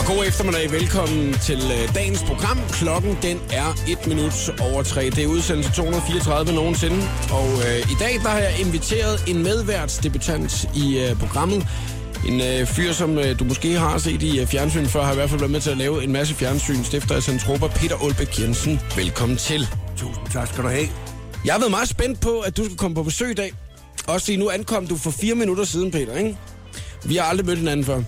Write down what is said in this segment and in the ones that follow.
God eftermiddag. Velkommen til dagens program. Klokken den er 3:01. Det er udsendelse 234 nogensinde. Og i dag der har jeg inviteret en medværtsdebutant i programmet. En fyr, som du måske har set i fjernsyn før, har i hvert fald været med til at lave en masse fjernsyn. Stifter af Zentropa, Peter Aalbæk Jensen. Velkommen til. Tusind tak skal du have. Jeg har været meget spændt på, at du skulle komme på besøg i dag. Også fordi nu ankom du for 4 minutter siden, Peter, ikke? Vi har aldrig mødt hinanden før.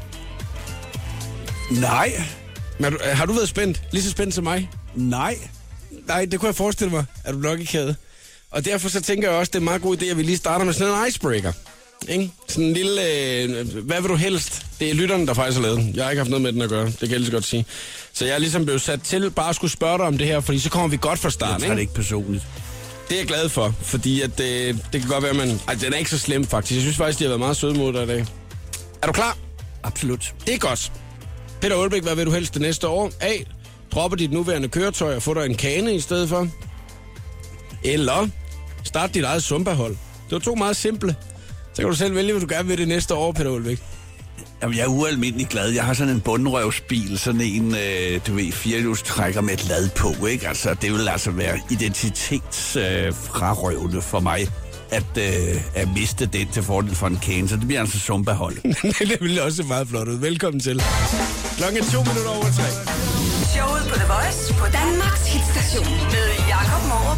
Nej. Men har du været spændt? Lige så spændt som mig? Nej. Nej, det kunne jeg forestille mig, at du nok ikke havde. Og derfor så tænker jeg også, det er en meget god idé, at vi lige starter med sådan en icebreaker. Ikke? Sådan en lille... hvad vil du helst? Det er lytterne, der faktisk har lavet. Jeg har ikke haft noget med den at gøre, det kan jeg lige så godt sige. Så jeg er ligesom blevet sat til bare at skulle spørge dig om det her, fordi så kommer vi godt fra starten. Jeg tager det ikke personligt. Det er jeg glad for, fordi at, det kan godt være, at man... Ej, den er ikke så slem faktisk. Jeg synes faktisk, de har været meget søde mod dig i dag. Er du klar? Absolut. Det er godt. Peter Aalbæk, hvad vil du helst det næste år? A. Droppe dit nuværende køretøj og få dig en kane i stedet for. Eller start dit eget Zumba-hold. Det var 2 meget simple. Så kan du selv vælge, hvad du gerne vil det næste år, Peter Aalbæk. Jamen, jeg er ualmindelig glad. Jeg har sådan en bundrøvsbil, sådan en, du ved, 4-hjulstrækker med et lad på, ikke? Altså, det vil altså være identitetsfrarøvende for mig. At miste den til fordel for en kane, så det bliver altså Zumba-hold. Det bliver også meget flot ud. Velkommen til. Klokken 2:03. Showet på The Voice på Danmarks hitstation med Jakob Morup.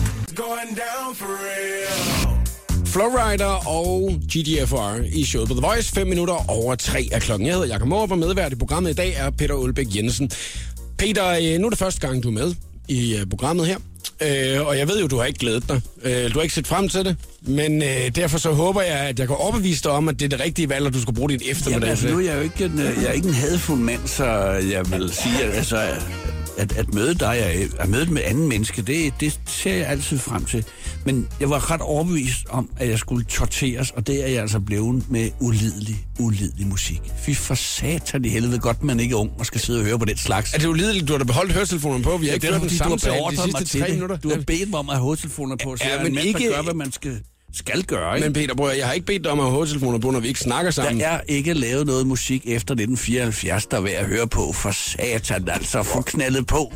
Flowrider og GDFR i showet på The Voice. 3:05 er klokken. Jeg hedder Jakob Morup, og medvært i programmet i dag er Peter Aalbæk Jensen. Peter, nu er det første gang, du er med i programmet her. Og jeg ved jo, du har ikke glædet dig. Du har ikke set frem til det. Men derfor så håber jeg, at jeg kan overbevise dig om, at det er det rigtige valg, og du skal bruge dit eftermiddag. Jamen, altså, nu er jeg jo ikke en hadfuld mand, så jeg vil sige, at møde dig, at møde med anden menneske, det ser jeg altid frem til. Men jeg var ret overbevist om, at jeg skulle torteres, og det er jeg altså blevet med ulidelig musik. Fy for satan i helvede, godt man ikke er ung og skal sidde og høre på den slags. Er det ulideligt? Du har da beholdt høretelefonerne på. Vi har ikke hørt den samtale de sidste 3 minutter. Du har bedt mig om at have høretelefoner på, så jeg er en mand, der gør, hvad man skal gøre, ikke? Men Peter, bror, jeg har ikke bedt dig om at have høretelefoner på, når vi ikke snakker sammen. Der er ikke lavet noget musik efter 1974, der er værd at høre på. For satan, altså, få knaldet på.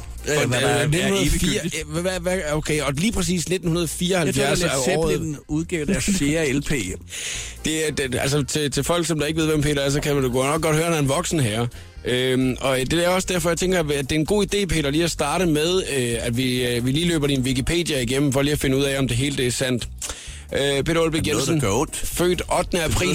Okay, og lige præcis 1974 er året. Den udgave der Share LP. Det altså til folk, som der ikke ved, hvem Peter er, så kan man jo nok godt høre, at han er en voksen herre. Og det er også derfor, jeg tænker, at det er en god idé, Peter, lige at starte med, at vi lige løber din Wikipedia igennem, for lige at finde ud af, om det hele det er sandt. Peter Aalbæk Jensen, født 8. april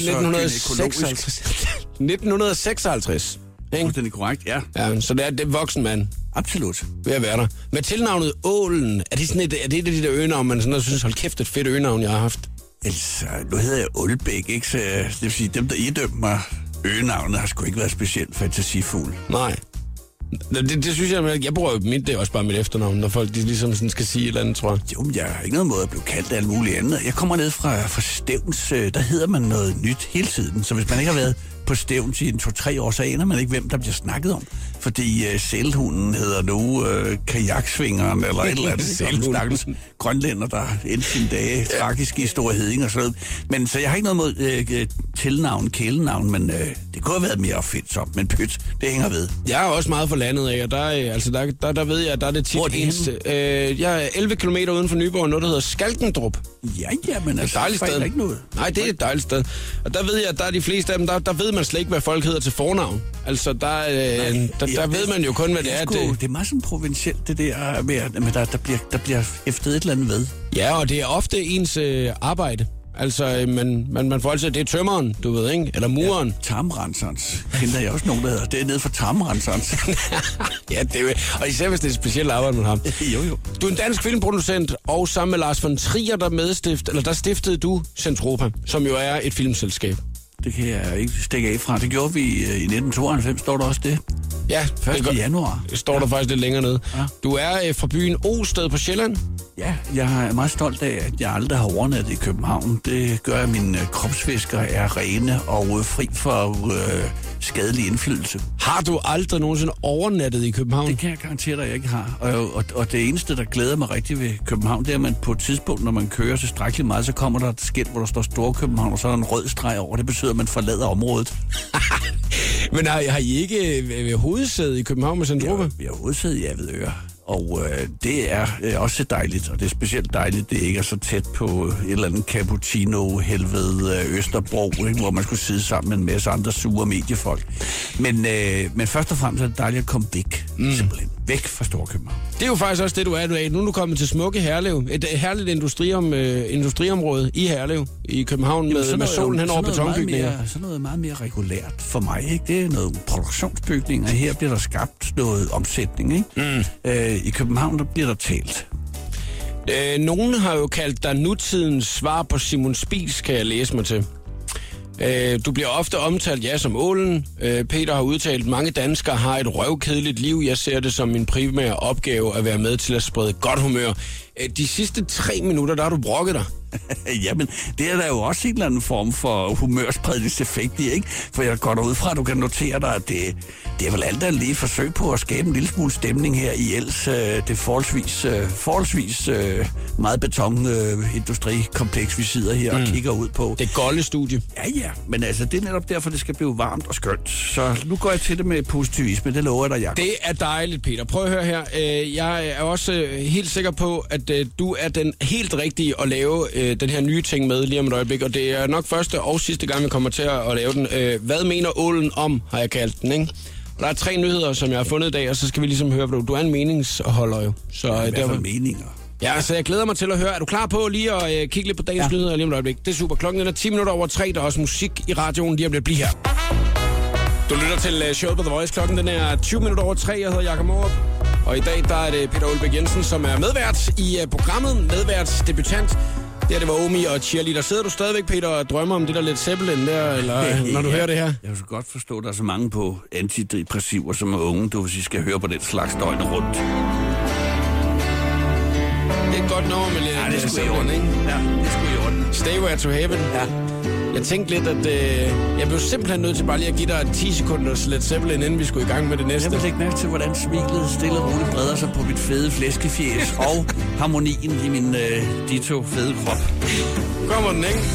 1956. Det er korrekt, ja. Ja, så det er voksen mand. Absolut. Ved at være der. Med tilnavnet Ålen, er det sådan et af de der øgenavn, man sådan synes, hold kæft, et fedt øgenavn, jeg har haft? Altså, nu hedder jeg Aalbæk, ikke? Så det vil sige, dem, der idømte mig øgenavnet, har sgu ikke været specielt fantasifuld. Nej. Det synes jeg bruger jo det er også bare mit efternavn, når folk de ligesom sådan skal sige et eller andet, tror jeg. Jo, men jeg har ikke noget måde at blive kaldt af alt muligt andet. Jeg kommer ned fra Stevns, der hedder man noget nyt hele tiden, så hvis man ikke har været på Stevns i 2-3 år, så aner man ikke, hvem der bliver snakket om. Fordi sælhunden hedder nu kajaksvingeren, eller et eller andet. Stakkels grønlænder, der endte sine dage tragisk i Store Hedding og sådan noget. Men så jeg har ikke noget mod tilnavn, kælenavn, men det kunne have været mere opfindsomt, men pyt, det hænger ved. Jeg er også meget for landet af, og der ved jeg, at der er det tit eneste. Jeg er 11 kilometer uden for Nyborg, noget der hedder Skalkendrup. Ja, men altså, det er et dejligt sted. Ikke noget. Nej, det er et dejligt sted. Og der ved jeg, at der er de fleste af dem, der ved man slet ikke, hvad folk hedder til fornavn. Altså, der ved man jo kun, hvad det er. Det er meget sådan provincielt, det der med, at der bliver hæftet et eller andet ved. Ja, og det er ofte ens arbejde. Altså, man får altid, det er tømmeren, du ved, ikke? Eller muren. Ja, tarmrenserens. Kender jeg også nogen, der hedder. Det er nede for tarmrenserens. Ja, og især hvis det er et specielt arbejde, man har. Jo. Du er en dansk filmproducent, og sammen med Lars von Trier, der stiftede du Zentropa, som jo er et filmselskab. Det kan jeg ikke stikke af fra. Det gjorde vi i 1992, står der også det. Ja, 1. januar. Det står der faktisk lidt længere nede. Ja. Du er fra byen Osted på Sjælland. Ja, jeg er meget stolt af, at jeg aldrig har overnattet i København. Det gør, at mine kropsvæsker er rene og fri for skadelig indflydelse. Har du aldrig nogensinde overnattet i København? Det kan jeg garantere dig, at jeg ikke har. Og det eneste, der glæder mig rigtig ved København, det er, at man på et tidspunkt, når man kører så strækkeligt meget, så kommer der et skilt, hvor der står Store København, og så er der en rød streg over. Det betyder, at man forlader området. Men har I ikke hovedsæde i København med Centropa? Vi har hovedsæde i Avedøre. Og det er også dejligt, og det er specielt dejligt, det ikke er så tæt på et eller andet cappuccino-helvede Østerbro, ikke, hvor man skulle sidde sammen med en masse andre sure mediefolk. Men først og fremmest er det dejligt at komme væk, simpelthen. Væk fra Storkøbenhavn. Det er jo faktisk også det, du er. Nu er du kommet til smukke Herlev. Et herligt industriområde i Herlev, i København, med solen hen over betonbygninger. Sådan noget meget mere regulært for mig, ikke? Det er noget produktionsbygninger. Her bliver der skabt noget omsætning, ikke? I København, der bliver der talt. Nogen har jo kaldt dig nutidens svar på Simon Spies, kan jeg læse mig til. Du bliver ofte omtalt, som ålen. Peter har udtalt, mange danskere har et røvkedeligt liv. Jeg ser det som min primære opgave at være med til at sprede godt humør. De sidste 3 minutter, der har du brokket dig. Jamen, det er der jo også en eller anden form for humørspredningseffekt i, ikke? For jeg går derud fra, at du kan notere dig, at det er vel alt andet lige forsøg på at skabe en lille smule stemning her i ellers det forholdsvis meget betonindustrikompleks, vi sidder her og kigger ud på. Det golde studie. Ja, men altså, det er netop derfor, det skal blive varmt og skønt. Så nu går jeg til det med positivisme, det lover jeg dig, Jacob. Det er dejligt, Peter. Prøv at høre her. Jeg er også helt sikker på, at du er den helt rigtige at lave den her nye ting med lige om et øjeblik, og det er nok første og sidste gang, vi kommer til at lave den. Hvad mener ålen om, har jeg kaldt den, ikke? Og der er 3 nyheder, som jeg har fundet i dag, og så skal vi ligesom høre, du er en meningsholder jo. Så hvad for meninger? Ja, så jeg glæder mig til at høre. Er du klar på lige at kigge lidt på dagens nyheder lige om et øjeblik? Det er super. Klokken er 10 minutter over 3. Der er også musik i radioen. Lige om lidt, bliv her. Du lytter til showet på The Voice. Klokken den er 20 minutter over 3. Jeg hedder Jacob Morup. Og i dag, der er det Peter Aalbæk Jensen, som er medvært i programmet. Medværtsdebutant. Det var Omi og Cheerleader. Sidder du stadigvæk, Peter, og drømmer om det der lidt Zeppelin der, eller når du hører det her? Jeg kan så godt forstå, at der er så mange på antidepressiver, som er unge, du hvis I skal høre på den slags døgn rundt. Det er et godt nummer med lidt Zeppelin, ikke? Ja, det skulle i orden. Stairway to Heaven. Ja. Jeg tænkte lidt, at jeg blev simpelthen nødt til bare lige at give dig 10 sekunders Led Zeppelin, inden vi skulle i gang med det næste. Jeg vil lægge mærke til, hvordan smilet stille og roligt breder sig på mit fede flæskefjæs og harmonien i min ditto fede krop. Kommer den, ikke?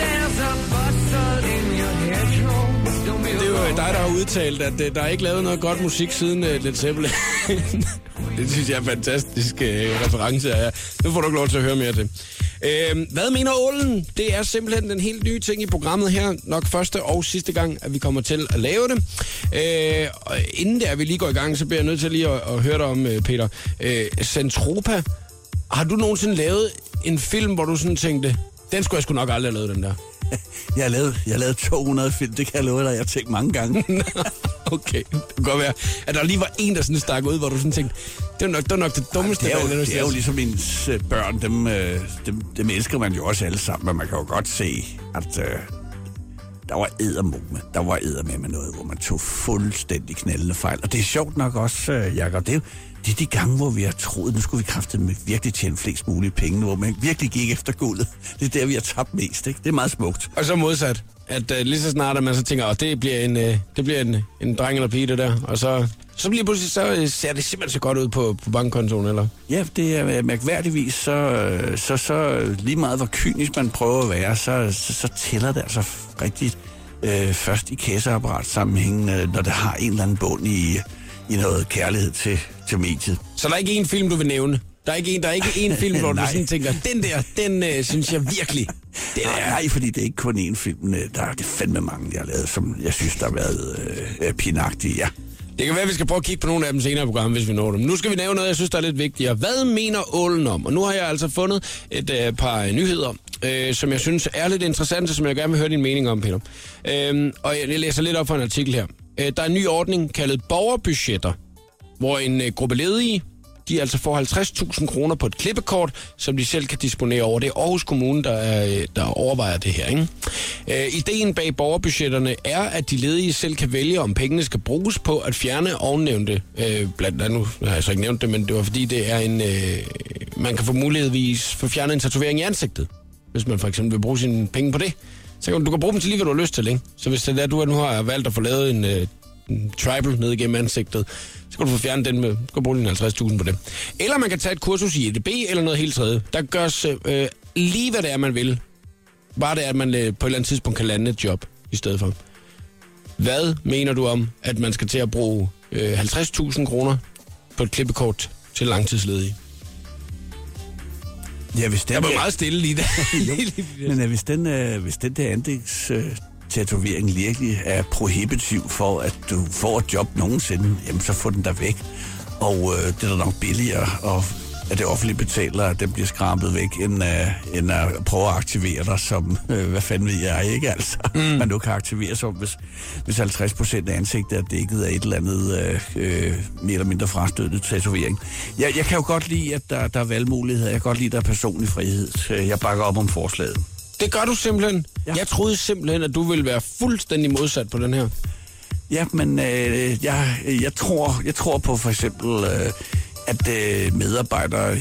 Det er jo dig, der har udtalt, at der er ikke lavet noget godt musik siden Led Zeppelin. Det synes jeg er fantastisk reference. Ja. Nu får du ikke lov til at høre mere til. Hvad mener ålen? Det er simpelthen den helt nye ting i programmet her. Nok første og sidste gang, at vi kommer til at lave det. Og inden der vi lige går i gang, så bliver jeg nødt til lige at høre dig om, Peter. Centropa, har du nogensinde lavet en film, hvor du sådan tænkte, den skulle jeg sgu nok aldrig have lavet, den der? Jeg har lavet 200 film, det kan jeg love dig, jeg har tænkt mange gange. Okay, det kan godt være, at der lige var en, der sådan stak ud, hvor du sådan tænkte, det var nok det dummeste. Ja, det er jo ligesom ens børn, dem elsker man jo også alle sammen, men man kan jo godt se, at der var eddermame noget, hvor man tog fuldstændig knaldende fejl. Og det er sjovt nok også, Jacob, det er de gange, hvor vi har troet, nu skulle vi kraftedeme virkelig tjene flest mulige penge, hvor man virkelig gik efter guldet. Det er der, vi har tabt mest, ikke? Det er meget smukt. Og så modsat, at lige så snart, at man så tænker, det bliver en dreng eller pige, det der, og så bliver pludselig, så ser det simpelthen så godt ud på bankkontoen, eller? Ja, det er mærkværdigvis, så lige meget hvor kynisk man prøver at være, så tæller det altså rigtigt først i kasseapparat-sammenhængen, når det har en eller anden bund i noget kærlighed til mediet. Så der er ikke én film, du vil nævne? Der er ikke én film, hvor du sådan tænker, den synes jeg virkelig... Nej, fordi det er ikke kun én film. Der er det fandme mange, jeg har lavet, som jeg synes, der har været pinagtige, ja. Det kan være, at vi skal prøve at kigge på nogle af dem senere i programmet, hvis vi når dem. Nu skal vi nævne noget, jeg synes, der er lidt vigtigere. Hvad mener ålen om? Og nu har jeg altså fundet et par nyheder, som jeg synes er lidt interessante, som jeg gerne vil høre din mening om, Peter. Og jeg læser lidt op fra en artikel her. Der er en ny ordning kaldet borgerbudgetter, hvor en gruppe ledige, de altså får 50.000 kroner på et klippekort, som de selv kan disponere over. Det er Aarhus Kommune, der overvejer det her, ikke? Ideen bag borgerbudgetterne er, at de ledige selv kan vælge, om pengene skal bruges på at fjerne ovennævnte. Blandt andet, nu har jeg så ikke nævnt det, men det var fordi, det er man kan få mulighedsvis få fjernet en tatovering i ansigtet, hvis man for eksempel vil bruge sine penge på det. Så du kan bruge dem til lige, hvad du har lyst til, ikke? Så hvis det er, du nu har valgt at få lavet en tribal ned igennem ansigtet, så kan du få fjernet den med, du kan bruge dine 50.000 på det. Eller man kan tage et kursus i EDB eller noget helt tredje. Der gørs lige, hvad det er, man vil. Bare det er, at man på et eller andet tidspunkt kan lande et job i stedet for. Hvad mener du om, at man skal til at bruge 50.000 kroner på et klippekort til langtidsledige? Ja, hvis den jeg var meget stille lige der. Men hvis den der ansigtstatovering virkelig er prohibitiv for, at du får et job nogensinde, jamen så få den der væk. Og det er da nok billigere, og at det offentlige betaler, at den bliver skrabet væk, end at prøve at aktivere dig som, hvad fanden ved jeg, ikke altså? Man nu kan aktivere sig, hvis 50% af ansigtet er dækket af et eller andet mere eller mindre frastødende tatovering. Jeg kan jo godt lide, at der er valgmuligheder. Jeg kan godt lide, at der er personlig frihed. Jeg bakker op om forslaget. Det gør du simpelthen? Ja. Jeg troede simpelthen, at du ville være fuldstændig modsat på den her. Ja, men jeg tror på for eksempel... at medarbejdere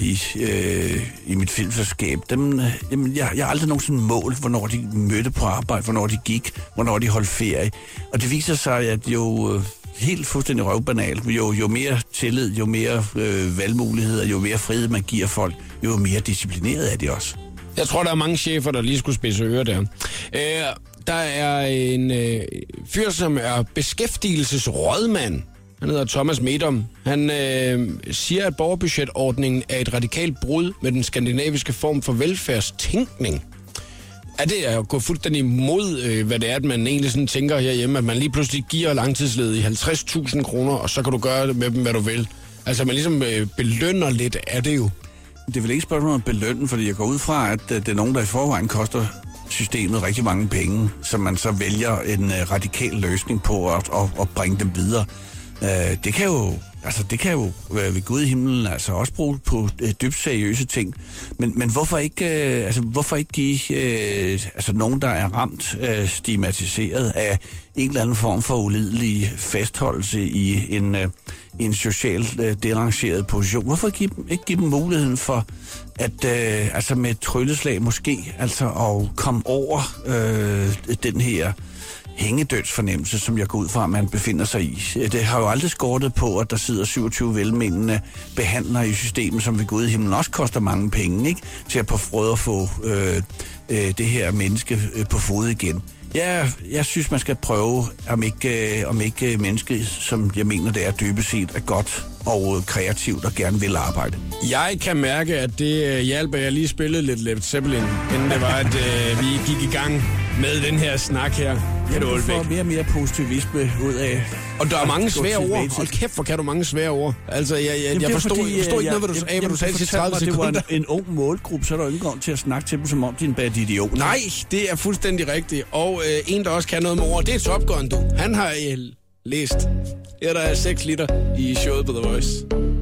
i mit filmselskab, jeg har aldrig nogensinde målt, hvornår de mødte på arbejde, hvornår de gik, hvornår de holdt ferie. Og det viser sig, at jo helt fuldstændig røvbanalt, jo mere tillid, jo mere valgmuligheder, jo mere frihed man giver folk, jo mere disciplineret er de også. Jeg tror, der er mange chefer, der lige skulle spidse ører der. Der er en fyr, som er beskæftigelsesrådmand. Han hedder Thomas Medom. Han siger, at borgerbudgetordningen er et radikalt brud med den skandinaviske form for velfærdstænkning. Er det at gå fuldstændig imod, hvad det er, at man egentlig sådan tænker herhjemme, at man lige pludselig giver langtidsledige 50.000 kroner, og så kan du gøre med dem, hvad du vil? Altså, man ligesom belønner lidt af det jo. Det er vel ikke spørgsmål om belønne, fordi jeg går ud fra, at det er nogen, der i forvejen koster systemet rigtig mange penge, som man så vælger en radikal løsning på at bringe dem videre. Det kan jo ved Gud i himlen altså også bruge på dybt seriøse ting. Men hvorfor ikke give nogen, der er ramt stigmatiseret af en eller anden form for ulidelig fastholdelse i en socialt derangeret position? Hvorfor ikke give dem muligheden for at med et trylleslag måske at komme over den her hængedødsfornemmelse, som jeg går ud fra, at man befinder sig i. Det har jo aldrig skortet på, at der sidder 27 velmenende behandlere i systemet, som ved Gud i himlen også koster mange penge, ikke? Til at prøve at få det her menneske på fod igen. Jeg synes, man skal prøve, om ikke mennesket, som jeg mener, det er dybest set, er godt og kreativt og gerne vil arbejde. Jeg kan mærke, at det hjalp, at jeg lige spillede lidt Led Zeppelin, inden det var, at vi gik i gang med den her snak her. Du får mere og mere positivisme ud af... Og der er mange svære ord. Hold kæft, hvor kan du mange svære ord. Altså, jeg forstod ikke noget, hvad du sagde til 30 sekunder. Det var en ung målgruppe, så er der ingen grund til at snakke til dem, som om de er en bad idiot. Nej, det er fuldstændig rigtigt. Og en, der også kan noget med ord, det er Top Gun, du. Han har læst. Her der er 6 liter i showet på The Voice.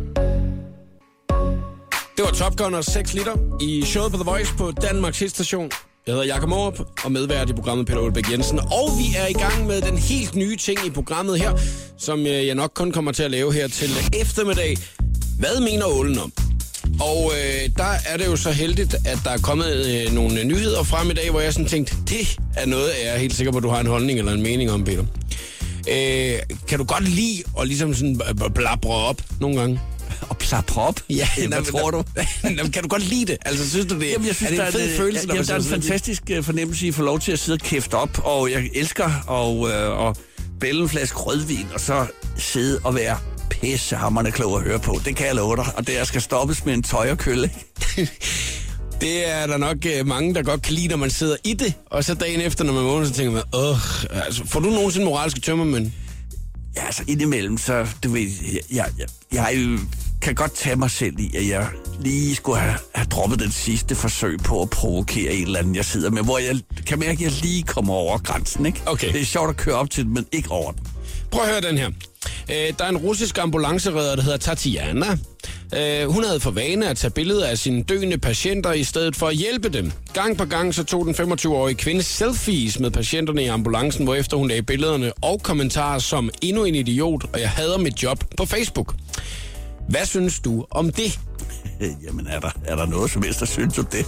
Det var Top Gun og 6 liter i showet på The Voice på Danmarks hitstation. Jeg hedder Jakob Mårup og medvært i programmet Peter Olbæk Jensen. Og vi er i gang med den helt nye ting i programmet her, som jeg nok kun kommer til at lave her til eftermiddag. Hvad mener Ålen om? Og der er det jo så heldigt, at der er kommet nogle nyheder frem i dag, hvor jeg sådan tænkte, det er noget, jeg er helt sikker på, at du har en holdning eller en mening om, Peter. Kan du godt lide at ligesom sådan blabre op nogle gange? Og plapre op? Ja, hvad tror du? Kan du godt lide det? Altså, synes du det? Jamen, jeg synes, er det en fed følelse? Der er en fantastisk fornemmelse i at få lov til at sidde og kæfte op, og jeg elsker at bælge en flaske rødvin, og så sidde og være pissehammerende klog at høre på. Det kan jeg love dig, og det skal stoppes med en tøjerkølle. Det er der nok mange, der godt kan lide, når man sidder i det, og så dagen efter, når man vågner, så tænker man, altså, får du nogensinde moralske tømmermænd? Ja, altså indimellem, så du ved, jeg kan godt tage mig selv i, at jeg lige skulle have droppet den sidste forsøg på at provokere en eller anden, jeg sidder med, hvor jeg kan mærke, at jeg lige kommer over grænsen, ikke? Okay. Det er sjovt at køre op til den, men ikke over den. Prøv at høre den her. Der er en russisk ambulanceredder, der hedder Tatiana. Hun havde for vane at tage billeder af sine døende patienter i stedet for at hjælpe dem. Gang på gang så tog den 25-årige kvinde selfies med patienterne i ambulancen, hvorefter hun lagde billederne og kommentarer som endnu en idiot, og jeg hader mit job på Facebook. Hvad synes du om det? Jamen, er der noget som helst, der synes om det?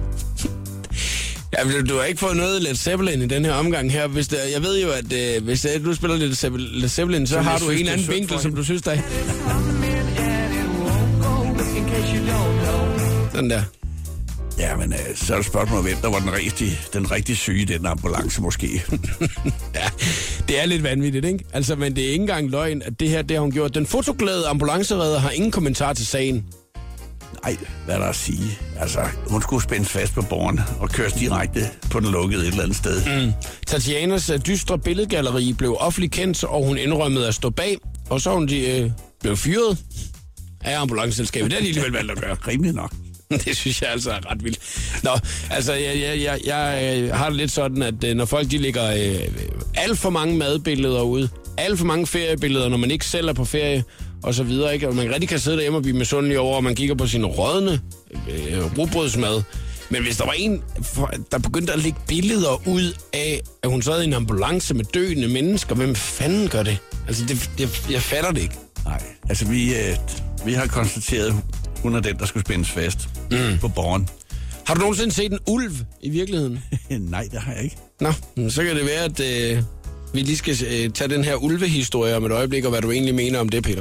Ja, du har ikke fået noget Led Zeppelin i den her omgang her. Jeg ved jo, at hvis du spiller Led Zeppelin, så har du en anden vinkel, som du synes, der er. Sådan der. Ja, men så er det spørgsmål, hvem der var den rigtig syge i den ambulance måske. Ja, det er lidt vanvittigt, ikke? Altså, men det er ikke engang løgn, at det her, det har hun gjort. Den fotoglade ambulanceredder har ingen kommentar til sagen. Nej, hvad er der at sige? Altså, hun skulle spændes fast på borgen og køres direkte på den lukkede et eller andet sted. Tatianas dystre billedgalleri blev offentligt kendt, og hun indrømmede at stå bag. Og så hun blev fyret af ambulanceselskabet. Det har de alligevel valgt at gøre. Rimelig nok. Det synes jeg altså er ret vildt. Nå, altså, jeg har det lidt sådan, at når folk de lægger alt for mange madbilleder ud, alt for mange feriebilleder, når man ikke selv er på ferie, og så videre, ikke? Og man rigtig kan sidde derhjemme og blive misundelig over, og man kigger på sin rådne rugbrødsmad. Men hvis der var en, der begyndte at lægge billeder ud af, at hun sad i en ambulance med døende mennesker, hvem fanden gør det? Altså, jeg fatter det ikke. Nej, altså vi har konstateret, hun er den, der skulle spændes fast på borgen. Har du nogensinde set en ulv i virkeligheden? Nej, det har jeg ikke. Nå, så kan det være, at vi lige skal tage den her ulvehistorie om et øjeblik, og hvad du egentlig mener om det, Peter.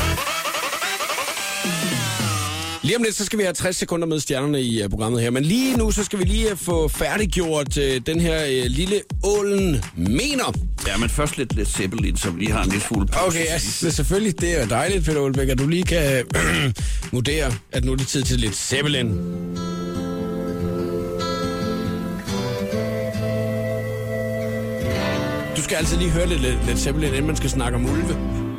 Lige om lidt, så skal vi have 60 sekunder med stjernerne i programmet her. Men lige nu, så skal vi lige få færdiggjort den her lille ålen mener. Ja, men først lidt Zeppelin, som lige har en lille fuld pause. Okay, ja, selvfølgelig. Det er dejligt, Peter Olbæk, at du lige kan vurdere, at nu er det tid til lidt Zeppelin. Du skal altid lige høre lidt Zeppelin, inden man skal snakke om ulve.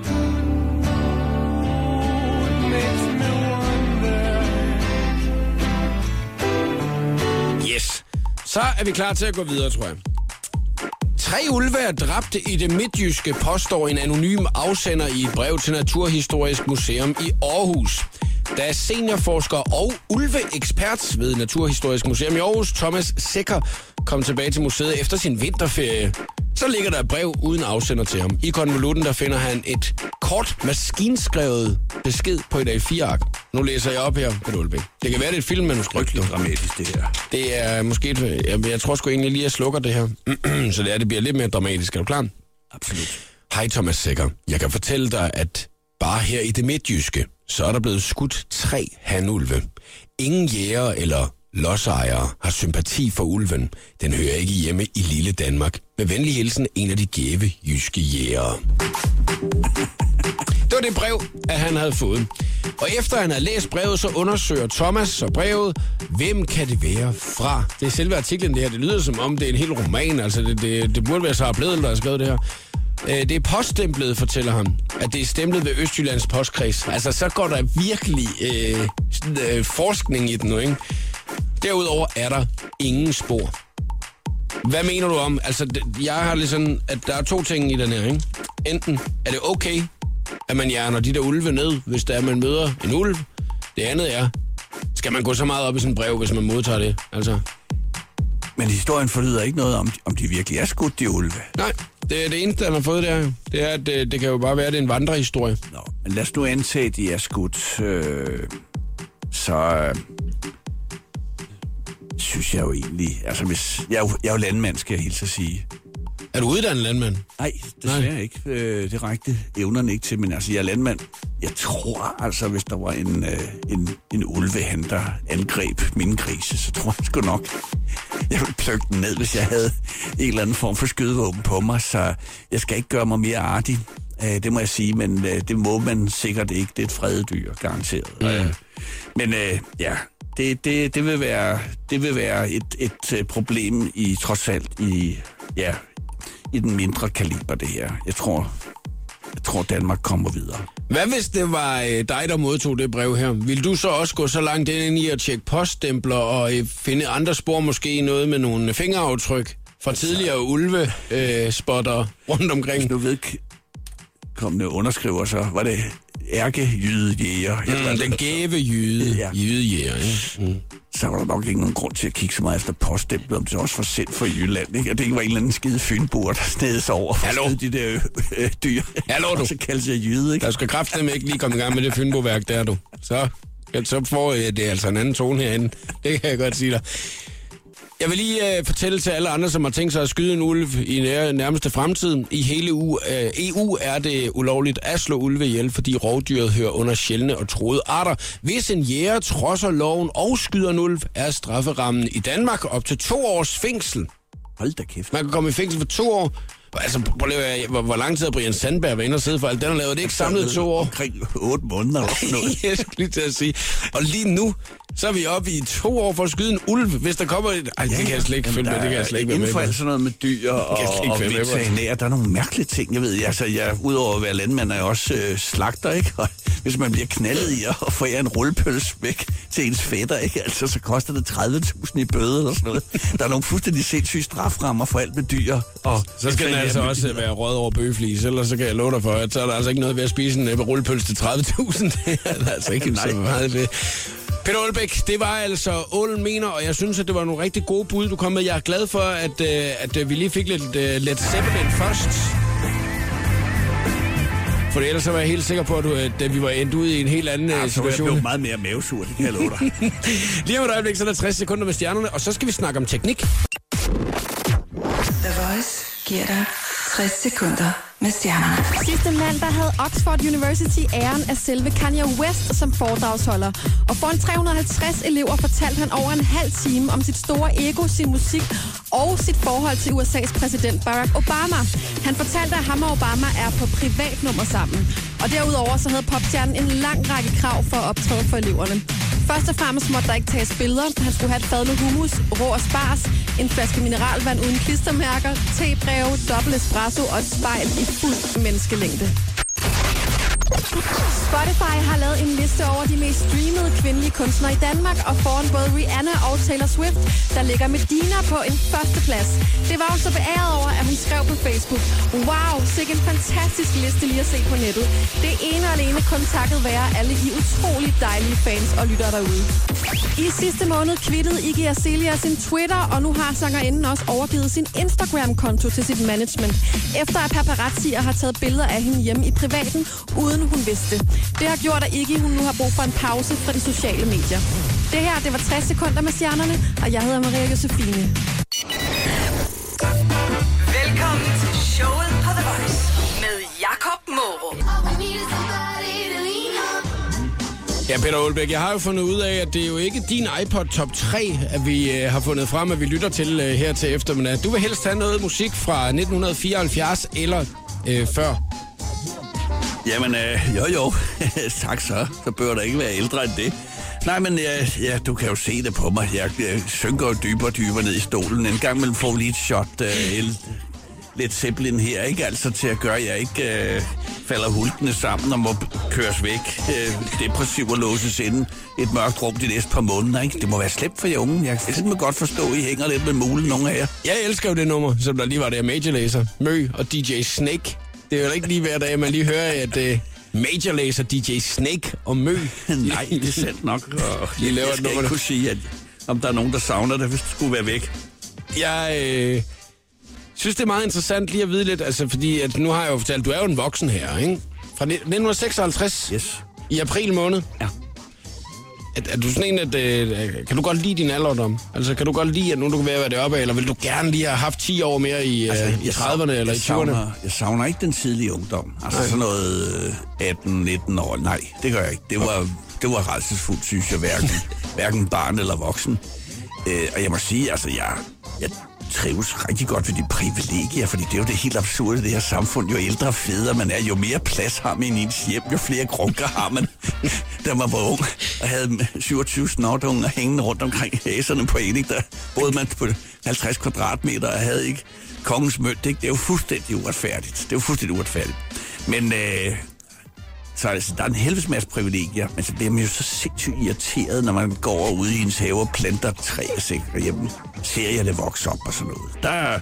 Yes. Så er vi klar til at gå videre, tror jeg. 3 ulve er dræbte i det midtjyske, påstår en anonym afsender i et brev til Naturhistorisk Museum i Aarhus. Da seniorforsker og ulveekspert ved Naturhistorisk Museum i Aarhus, Thomas Secker, kom tilbage til museet efter sin vinterferie, så ligger der et brev uden afsender til ham. I konvolutten der finder han et kort maskinskrevet besked på et A4-ark. Nu læser jeg op her på Dolbæk. Det kan være, det er et filmmanuskript. Frygteligt dramatisk, det her. Det er måske jeg tror sgu egentlig lige, at jeg slukker det her. Så det bliver lidt mere dramatisk. Er du klar? Absolut. Hej Thomas Secker. Jeg kan fortælle dig, at bare her i det midtjyske, så er der blevet skudt 3 hanulve. Ingen jæger eller lodsejere har sympati for ulven. Den hører ikke hjemme i lille Danmark. Med venlig hilsen, en af de gæve jyske jægere. Det var det brev, at han havde fået. Og efter han havde læst brevet, så undersøger Thomas så brevet, hvem kan det være fra? Det er selve artiklen det her. Det lyder som om, det er en hel roman. Altså, det burde være Sara Bledel, der har skrevet det her. Det er poststemplet, fortæller han, at det er stemplet ved Østjyllands postkreds. Altså, så går der virkelig forskning i den nu, ikke? Derudover er der ingen spor. Hvad mener du om? Altså, jeg har lidt sådan, at der er 2 ting i den her, ikke? Enten er det okay, at man hjerner de der ulve ned, hvis der er, man møder en ulv. Det andet er, skal man gå så meget op i sådan et brev, hvis man modtager det? Altså. Men historien forlyder ikke noget om de virkelig er skudt, de ulve. Nej, det er det eneste, han har fået der. Det er, at det kan jo bare være, at det er en vandrehistorie. Nå, men lad os nu antage, at de er skudt. Synes jeg jo egentlig. Altså, jeg er jo landmand, skal jeg hilse at sige. Er du uddannet landmand? Nej, desværre ikke. Det rækte evnerne ikke til, men altså, jeg er landmand. Jeg tror altså, hvis der var en ulvehan, der angreb mine grise, så tror jeg sgu nok, jeg ville plukke den ned, hvis jeg havde en eller anden form for skydevåben på mig, så jeg skal ikke gøre mig mere artig. Det må jeg sige, men det må man sikkert ikke. Det er et fredet dyr, garanteret. Men ja, det vil være et problem i trods alt i den mindre kaliber, det her. Jeg tror Danmark kommer videre. Hvad hvis det var dig, der modtog det brev her? Vil du så også gå så langt ind i at tjekke poststempler og finde andre spor, måske noget med nogle fingeraftryk fra tidligere ulvespotter rundt omkring? Hvis du vedkommende underskriver, så var det ærkejydejæger. Den gæve jydejæger. Så var der nok ikke nogen grund til at kigge så meget efter poststemplet, om det også var sendt fra Jylland, ikke? At det ikke var en eller anden skide fynboer, der sned sig over for de der dyr. Hallo, du. Og så kalder sig jyde, ikke? Der skal kraftedeme ikke lige komme i gang med det fynboværk, der du. Så får det altså en anden tone herinde. Det kan jeg godt sige dig. Jeg vil lige fortælle til alle andre, som har tænkt sig at skyde en ulv i nærmeste fremtid. I hele EU er det ulovligt at slå ulve ihjel, fordi rovdyret hører under sjældne og truede arter. Hvis en jæger trodser loven og skyder en ulv, er strafferammen i Danmark op til 2 års fængsel. Hold da kæft. Man kan komme i fængsel for 2 år. Altså, hvor lang tid har Brian Sandberg været inde og sidde for alt? Den har lavet det ikke samlet 2 år. Omkring 8 måneder eller sådan noget. Jeg skulle lige til at sige. Og lige nu, så er vi oppe i 2 år for at skyde en ulv, hvis der kommer et... Ej, det kan jeg slet ikke følge med, det kan jeg slet ikke være med. Inden for alt sådan noget med dyr og veterinær, der er nogle mærkelige ting, jeg ved. Altså, udover at være landmand, er jeg også slagter, ikke? Og hvis man bliver knaldet i at få en rullepølse væk til ens fætter, ikke? Altså, så koster det 30.000 i bøde eller sådan noget. Der er nogle fuldstændig sindssyge straframmer for alt med dyr. Og så skal den altså også være rød over bøgeflis, ellers så kan jeg love dig for, at så er der altså ikke noget ved at spise en rullepølse til 30.000. Det er altså ikke så meget ved. Peter Aalbæk, det var altså Ålen mener, og jeg synes, at det var nogle rigtig gode bud, du kom med. Jeg er glad for, at vi lige fik lidt Led Zeppelin først. For ellers så var jeg helt sikker på, at vi var endt ud i en helt anden situation. Så jeg blev meget mere mavesur, det kan jeg love dig. Lige om et øjeblik, så er der 60 sekunder med stjernerne, og så skal vi snakke om teknik. The Voice giver dig 60 sekunder med stjernerne. Sidste mandag havde Oxford University æren af selve Kanye West som foredragsholder. Og foran 350 elever fortalte han over en halv time om sit store ego, sin musik og sit forhold til USA's præsident Barack Obama. Han fortalte, at ham og Obama er på privatnummer sammen. Og derudover så havde popstjernen en lang række krav for at optræde for eleverne. Først og fremmest måtte der ikke tages billeder. Han skulle have et fad med hummus, rå og spars, en flaske mineralvand uden klistermærker, tebreve, dobbelt espresso og et spejl i fuld menneskelængde. Spotify har lavet en liste over de mest streamede kvindelige kunstnere i Danmark, og foran både Rihanna og Taylor Swift, der ligger Medina på en førsteplads. Det var hun så beæret over, at hun skrev på Facebook: "Wow, sikke en fantastisk liste lige at se på nettet. Det er ene og alene kun takket være alle de utroligt dejlige fans og lyttere derude." I sidste måned kvittede Iggy Azalea sin Twitter, og nu har sangerinden også overgivet sin Instagram-konto til sit management, efter at paparazzier har taget billeder af hende hjemme i privaten, uden hun vidste. Det har gjort, at Iggy hun nu har brug for en pause fra de sociale medier. Det her, det var 60 sekunder med stjernerne, og jeg hedder Maria Josefine. Velkommen til showet på The Voice med Jakob Morup. Ja, Peter Aalbæk, jeg har jo fundet ud af, at det er jo ikke din iPod Top 3, at vi har fundet frem, at vi lytter til her til eftermiddag. Du vil helst have noget musik fra 1974 eller før. Jamen, jo. Tak så. Så bør der ikke være ældre end det. Nej, men ja, du kan jo se det på mig. Jeg synker jo dybere og dybere ned i stolen. En gang mellem får lige et shot lidt Zeppelin her, ikke? Altså til at gøre, at jeg ikke falder hultende sammen og må køres væk. Depressiv og låses inden et mørkt rum de næste par måneder, ikke? Det må være slemt for jer unge. Jeg kan simpelthen godt forstå, at I hænger lidt med mulen, nogle af jer. Jeg elsker jo det nummer, som der lige var der, Major Lazer, Mø og DJ Snake. Det er jo ikke lige hver dag, man lige hører, at Major Lazer, DJ Snake og Mø. Nej, det er sandt nok. Og jeg skal ikke kunne sige, at om der er nogen, der savner det, hvis det skulle være væk. Jeg synes, det er meget interessant lige at vide lidt, altså fordi at nu har jeg jo fortalt, du er jo en voksen her, ikke? Fra 1956 yes. I april måned. Ja. Er du sådan en, at kan du godt lide din alderdom? Altså kan du godt lide, at nu du kan være deroppe, eller vil du gerne lige have haft 10 år mere i 30'erne eller i 20'erne? Jeg savner ikke den tidlige ungdom. Altså sådan noget 18-19 år. Nej, det gør jeg ikke. Det var rædselsfuldt, synes jeg, hverken barn eller voksen. Og jeg må sige, altså jeg trives rigtig godt ved de privilegier, fordi det er jo det helt absurde, det her samfund. Jo ældre og federe man er, jo mere plads har man i ens hjem, jo flere grunker har man. Da man var ung og havde 27 snotunger hængende rundt omkring hæserne på en, der boede man på 50 kvadratmeter og havde ikke kongens mønt. Det er jo fuldstændig uretfærdigt. Det er jo fuldstændig uretfærdigt. Men så altså, der er en helvedes masse privilegier, men så bliver man jo så sindssygt irriteret, når man går ud i ens have og planter træ og sikrer hjemme. Ser jeg det vokse op og sådan noget. Der er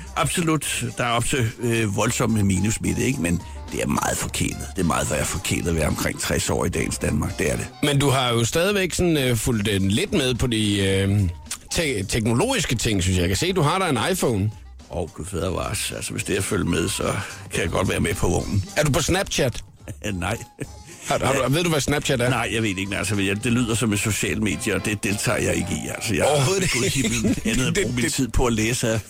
op til voldsomme minus med det, ikke? Men det er meget forkælet. Det er meget forkælet at være omkring 60 år i dagens Danmark. Det er det. Men du har jo stadigvæk sådan, fulgt lidt med på de teknologiske ting, synes jeg. Jeg kan se, du har der en iPhone. Gud fader vars. Altså, hvis det er følge med, så kan jeg godt være med på vognen. Er du på Snapchat? Nej. Ved du, hvad Snapchat er? Nej, jeg ved ikke, men altså, det lyder som et socialt medie, og det deltager jeg ikke i. Altså, jeg Overhovedet har andet at bruge min tid på at læse af,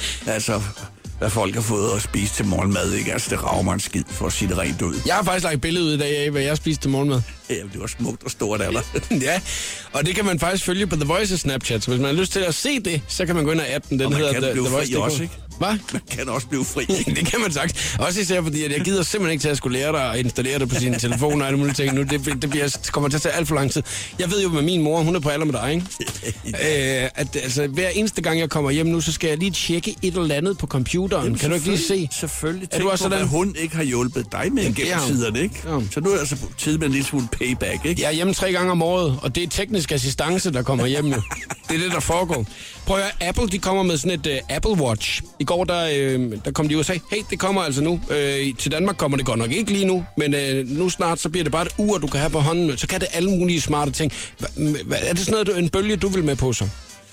hvad folk har fået at spise til morgenmad, ikke? Altså, det rager mig en skid, for at sige det rent ud. Jeg har faktisk lagt billede ud i dag af, hvad jeg spiste til morgenmad. Ja, det var smukt og stort af dig. Ja, og det kan man faktisk følge på The Voice Snapchat. Så hvis man har lyst til at se det, så kan man gå ind og adde den. Og man hedder kan The blive Voice fri også, ikke? Hvad? Man kan også blive fri, ikke? Det kan man sagt. Også især fordi, at jeg gider simpelthen ikke til at skulle lære dig at installere det på sin telefon og alle mulige ting nu. Det kommer til at tage alt for lang tid. Jeg ved jo med min mor, hun er på alder med dig, ikke? At altså, hver eneste gang, jeg kommer hjem nu, så skal jeg lige tjekke et eller andet på computeren. Jamen, kan du ikke lige se? Selvfølgelig. Er du også sådan? At hun ikke har hjulpet dig med gennem tiderne, ikke? Ja. Så nu er det altså tid med en lille smule payback, ikke? Jeg er hjemme 3 gange om året, og det er teknisk assistance, der kommer hjem nu. Det er det, der foregår. Prøv at høre, Apple, de kommer med sådan et Apple Watch. I går, der kom de ud og sagde, hey, det kommer altså nu. Til Danmark kommer det godt nok ikke lige nu, men nu snart, så bliver det bare et ur, du kan have på hånden. Så kan det alle mulige smarte ting. Er det sådan noget, en bølge, du vil med på så?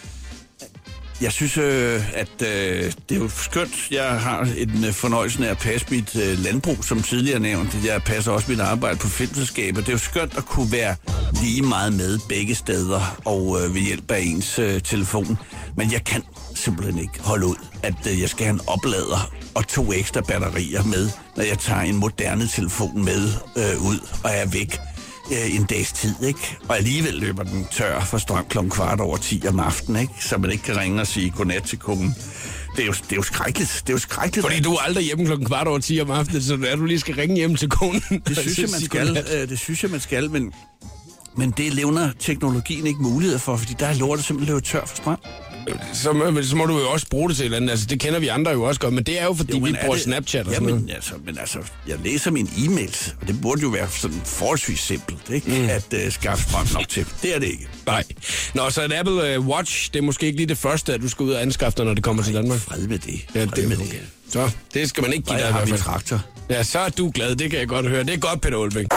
Jeg synes, at det er jo skønt. Jeg har en fornøjelse af at passe mit landbrug, som tidligere nævnt. Jeg passer også mit arbejde på filmselskaber. Det er jo skønt at kunne være lige meget med begge steder og ved hjælp af ens telefon. Men jeg kan simpelthen ikke holde ud, at jeg skal have en oplader og 2 ekstra batterier med, når jeg tager en moderne telefon med ud og er væk en dags tid, ikke? Og alligevel løber den tør for strøm 10:15 om aftenen, ikke? Så man ikke kan ringe og sige godnat til kunden. Det er jo skrækkeligt. Det er jo skrækkeligt. Fordi du er aldrig hjemme 10:15 om aftenen, så er du lige skal ringe hjem til kunden. Det synes jeg, man skal. Det synes jeg, man skal, men det levner teknologien ikke mulighed for, fordi der er lortet simpelthen løbet tør for strøm. Så må du jo også bruge det til et eller andet. Altså, det kender vi andre jo også godt, men det er jo, fordi vi bruger Snapchat og sådan noget. Men jeg læser mine e-mails, og det burde jo være sådan forholdsvis simpelt, ikke? At skaffe strøm nok til. Det er det ikke. Nej. Nå, så et Apple Watch, det er måske ikke lige det første, at du skal ud og anskaffe dig, når det kommer til Danmark. Fred med det. Ja, det er okay. Så det skal man ikke give dig i hvert fald. Traktor. Ja, så er du glad, det kan jeg godt høre. Det er godt, Peter Aalbæk.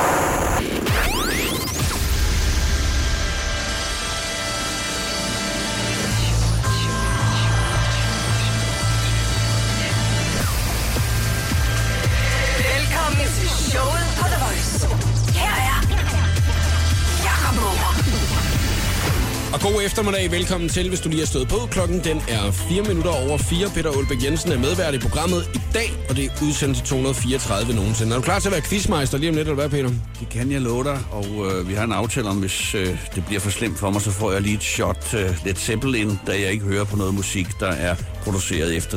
Og god eftermiddag, velkommen til, hvis du lige har stået på. Klokken den er 4:04. Peter Aalbæk Jensen er medvært i programmet i dag, og det er udsendelse 234 nogensinde. Er du klar til at være quizmeister lige om lidt, eller hvad, Peter? Det kan jeg love dig, og vi har en aftale om, hvis det bliver for slemt for mig, så får jeg lige et shot Led Zeppelin, da jeg ikke hører på noget musik, der er produceret efter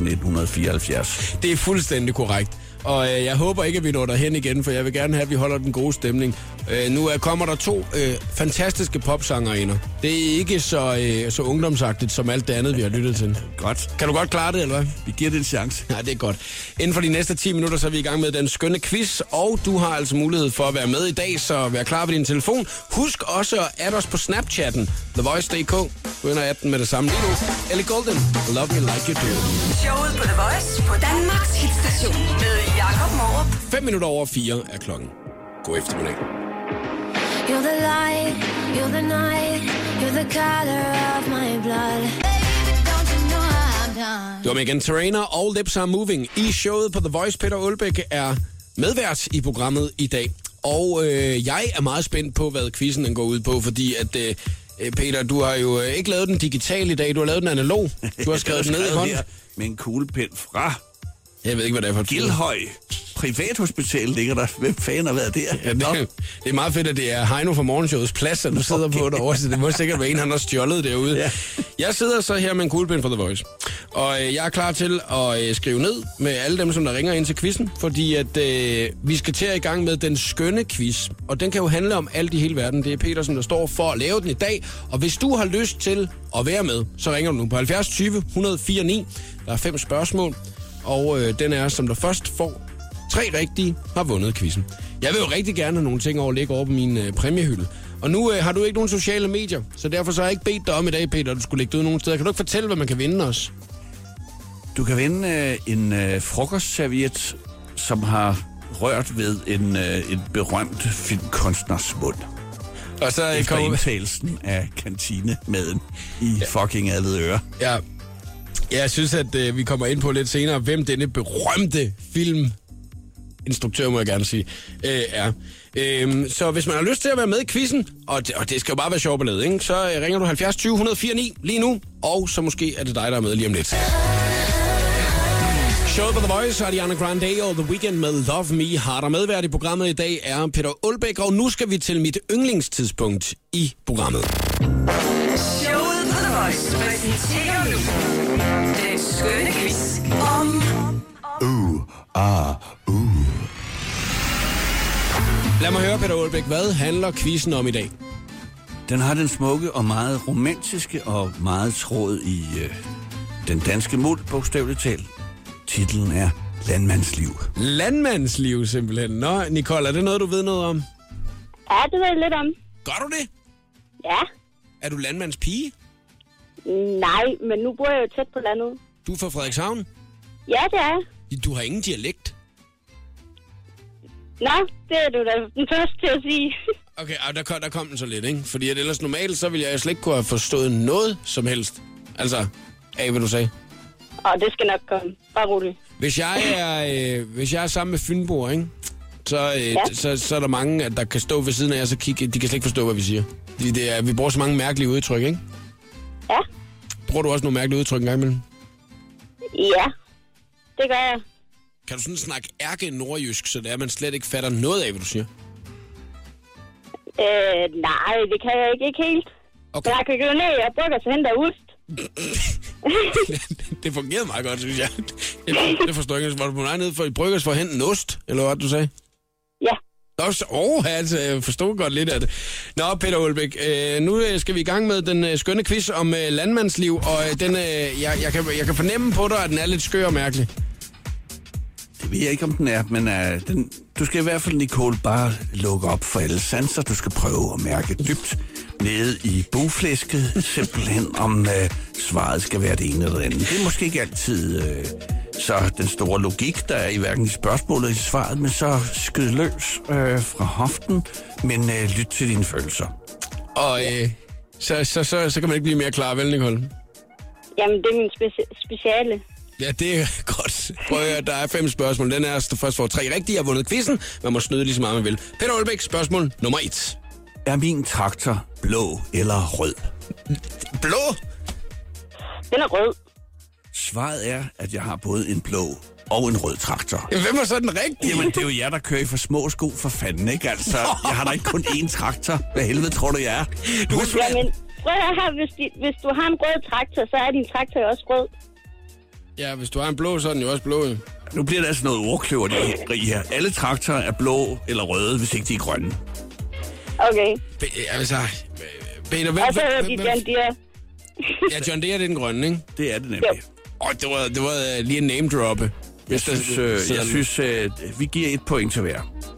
1974. Det er fuldstændig korrekt. Og jeg håber ikke, at vi når derhen igen, for jeg vil gerne have, at vi holder den gode stemning. Nu kommer der 2 fantastiske popsangerinder. Det er ikke så ungdomsagtigt som alt det andet, vi har lyttet til. Godt. Kan du godt klare det, eller hvad? Vi giver det en chance. Ja, det er godt. Inden for de næste 10 minutter, så er vi i gang med den skønne quiz, og du har altså mulighed for at være med i dag, så vær klar ved din telefon. Husk også at adde os på Snapchatten, TheVoice.dk. Gå ind og adde den med det samme lige nu. Ellie Golden, Love Me Like You Do. Showet på The Voice på Danmarks hitstation med Jakob Morup. 4:05 er klokken. God eftermiddag. You're the light, you're the night, you're the color of my blood. Baby, don't you know I'm done? Det var Megan Trainor og Lips Are Moving. I showet på The Voice, Peter Aalbæk er medvært i programmet i dag. Og jeg er meget spændt på, hvad quizzen den går ud på, fordi at... Peter, du har jo ikke lavet den digital i dag, du har lavet den analog. Du har skrevet den ned i hånden. Med en kuglepen fra... Jeg ved ikke, hvad det er for et Gildhøj Privathospital ligger der. Hvem fanden har været der? Ja, det er meget fedt, at det er Heino fra Morgenshowets plads, at du sidder på derovre, så det må sikkert være en, han har stjålet derude. Ja. Jeg sidder så her med en kuglepen for The Voice, og jeg er klar til at skrive ned med alle dem, som der ringer ind til quizzen, fordi at vi skal til at i gang med den skønne quiz, og den kan jo handle om alt i hele verden. Det er Peter, som der står for at lave den i dag, og hvis du har lyst til at være med, så ringer du nu på 70 20 104 9. Der er 5 spørgsmål, og den er, som der først får 3 rigtige, har vundet quizzen. Jeg vil jo rigtig gerne have nogle ting over at ligge over på min præmiehylde. Og nu har du ikke nogen sociale medier, så derfor så har jeg ikke bedt dig om i dag, Peter, at du skulle lægge det ud nogen steder. Kan du ikke fortælle, hvad man kan vinde os? Du kan vinde en frokostserviet, som har rørt ved en berømt filmkunstners mund. Og så efter indtagelsen af kantinemaden i fucking alle ører. Ja. Jeg synes, at vi kommer ind på lidt senere, hvem denne berømte film instruktør, må jeg gerne sige, er. Så hvis man har lyst til at være med i quizzen, og det skal jo bare være sjov ballade, ikke? Så ringer du 70 20 104 9 lige nu, og så måske er det dig, der er med lige om lidt. Showet på The Voice, Ariana Grande og The Weeknd med Love Me har der medvært i programmet i dag er Peter Aalbæk, og nu skal vi til mit yndlingstidspunkt i programmet. Showet på The Voice præsenterer nu den skønne quiz om... Lad mig høre, Peter Aalbæk, hvad handler quizzen om i dag? Den har den smukke og meget romantiske og meget tråd i den danske muld, bogstaveligt talt. Titlen er Landmandsliv. Landmandsliv, simpelthen. Nå, Nicole, er det noget, du ved noget om? Ja, det ved jeg lidt om. Gør du det? Ja. Er du landmandspige? Nej, men nu bor jeg jo tæt på landet. Du er fra Frederikshavn? Ja, det er jeg. Du har ingen dialekt? Nå, det er du da den første til at sige. Okay, der kom den så lidt, ikke? Fordi at ellers normalt, så ville jeg slet ikke kunne have forstået noget som helst. Altså, af hvad du sagde. Og det skal nok komme. Bare roligt. Hvis jeg er sammen med fynboer, ikke? Så er der mange, der kan stå ved siden af os og kigge. De kan slet ikke forstå, hvad vi siger. Vi bruger så mange mærkelige udtryk, ikke? Ja. Bruger du også nogle mærkelige udtryk en gang imellem? Ja, det gør jeg. Kan du sådan snakke ærke-nordjysk, så det er, man slet ikke fatter noget af, hvad du siger? Nej, det kan jeg ikke helt. Okay. Men jeg kan gå ned og bukke og hente ost. Det fungerede meget godt, synes jeg. Det forstår jeg ikke. Var du på vej ned for i Bryggers for at hente en ost, eller hvad du sagde? Ja. Altså, jeg forstod godt lidt af det. Nå, Peter Aalbæk, nu skal vi i gang med den skønne quiz om landmandsliv, og den, jeg kan fornemme på dig, at den er lidt skør og mærkelig. Det ved jeg ikke, om den er, men du skal i hvert fald, Nicole, bare lukke op for alle sanser. Du skal prøve at mærke dybt nede i bugflæsket, simpelthen om svaret skal være det ene eller det andet. Det er måske ikke altid så den store logik, der er i hverken i spørgsmålet eller i svaret, men så skyd løs fra hoften, men lyt til dine følelser. Og så kan man ikke blive mere klar, vel, Nicole? Jamen, det er min speciale. Ja, det er godt. Prøv at høre, der er 5 spørgsmål. Den er først for 3 rigtige og vundet quizzen. Man må snyde lige så meget, man vil. Peter Aalbæk, spørgsmål nummer 1. Er min traktor blå eller rød? Blå? Den er rød. Svaret er, at jeg har både en blå og en rød traktor. Jamen, hvem er så den rigtige? Jamen, det er jo jer, der kører i for små sko for fanden, ikke? Altså, jeg har da ikke kun én traktor. Hvad helvede tror du, jeg er? Jamen, prøv at høre, hvis du har en rød traktor, så er din traktor jo også rød. Ja, hvis du har en blå, så er den jo også blå. Nu bliver der altså noget ordkløveri her. Alle traktorer er blå eller røde, hvis ikke de er grønne. Okay. Altså, Peter, og så er de John Deere. Ja, John Deere, det er den grønne, ikke? Det er det nemlig. Det var lige en name-droppe. Jeg synes, vi giver 1 point til hver.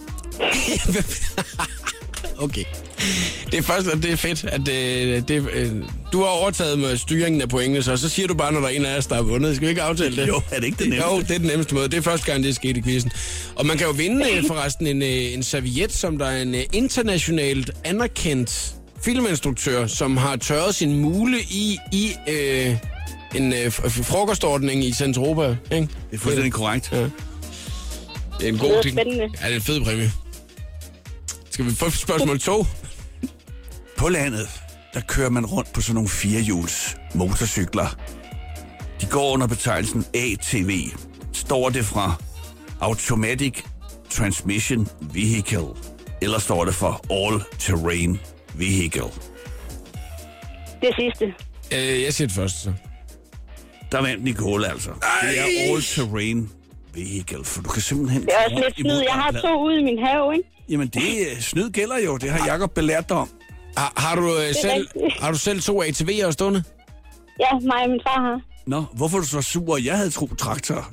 Okay. Det er først, at det er fedt, at du har overtaget med styringen af pointene, så siger du bare, når der er en af os, der har vundet. Skal vi ikke aftale det? Jo, er det ikke det nemmeste? Jo, det er den nemmeste måde. Det er første gang, det er sket i quizzen. Og man kan jo vinde forresten en serviet, som der er en internationalt anerkendt filminstruktør, som har tørret sin mule i en frokostordning i Centropa. Ikke? Det er fuldstændig korrekt. Ja. Det er en god ting. Spændende. Ja, det er en fed præmie. Skal vi få spørgsmål 2? På landet, der kører man rundt på sådan nogle 4-hjuls motorcykler. De går under betegnelsen ATV. Står det fra Automatic Transmission Vehicle, eller står det for All Terrain Vehicle? Det sidste. Jeg siger det først, så. Der vandt Nicole altså. Det er All Terrain Vehicle, for du kan simpelthen... Det er også lidt snyd. Jeg har 2 ude i min have, ikke? Jamen, snyd gælder jo. Det har Jacob belært dig om. Har du selv 2 ATV'er stående? Ja, mig og min far har. Nå, hvorfor er du så sur? Jeg havde 2 traktorer.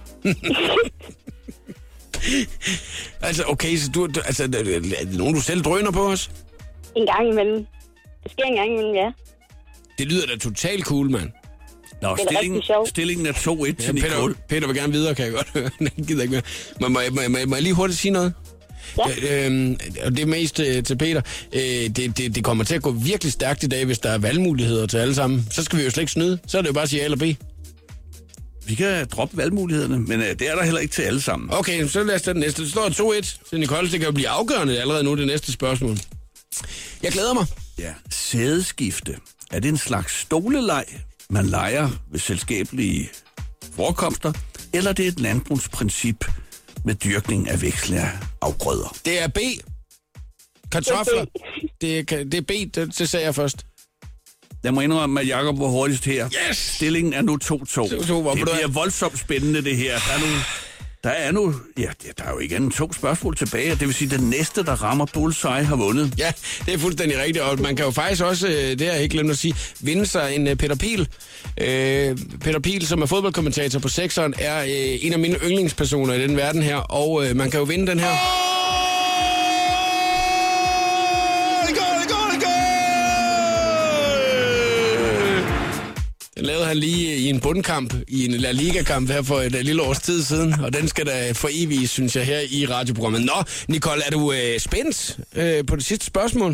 Altså, okay, så er det nogen, du selv drøner på os? En gang imellem. Det sker en gang imellem, ja. Det lyder da totalt cool, mand. Nå, stillingen er 2-1 til Nicole. Peter vil gerne videre, kan jeg godt høre. Den gider ikke mere. Må jeg lige hurtigt sige noget? Ja. Og det er mest til Peter. Det kommer til at gå virkelig stærkt i dag, hvis der er valgmuligheder til alle sammen. Så skal vi jo slet ikke snyde. Så er det jo bare at sige A eller B. Vi kan droppe valgmulighederne, men det er der heller ikke til alle sammen. Okay, så lad os tage den næste. Det står 2-1 til Nicole. Det kan jo blive afgørende allerede nu, det næste spørgsmål. Jeg glæder mig. Ja. Sædeskifte. Er det en slags stoleleg, man leger ved selskabelige forekomster, eller er det et landbrugsprincip med dyrkning af vekselafgrøder? Det er B. Kartofler. Det er B, det sagde jeg først. Jeg må indrømme, at Jacob var hurtigst her. Yes! Stillingen er nu 2-2. Det bliver voldsomt spændende, det her. Der er jo ikke andet 2 spørgsmål tilbage. Det vil sige, at den næste, der rammer bullseye, har vundet. Ja, det er fuldstændig rigtigt. Og man kan jo faktisk også, det har jeg ikke glemt at sige, vinde sig en Peter Piel. Peter Piel, som er fodboldkommentator på 6'eren, er en af mine yndlingspersoner i den verden her. Og man kan jo vinde den her. Den lavede han lige i en bundkamp, i en La Liga-kamp her for et lille års tid siden, og den skal da for evigt, synes jeg, her i radioprogrammet. Nå, Nicole, er du spændt på det sidste spørgsmål?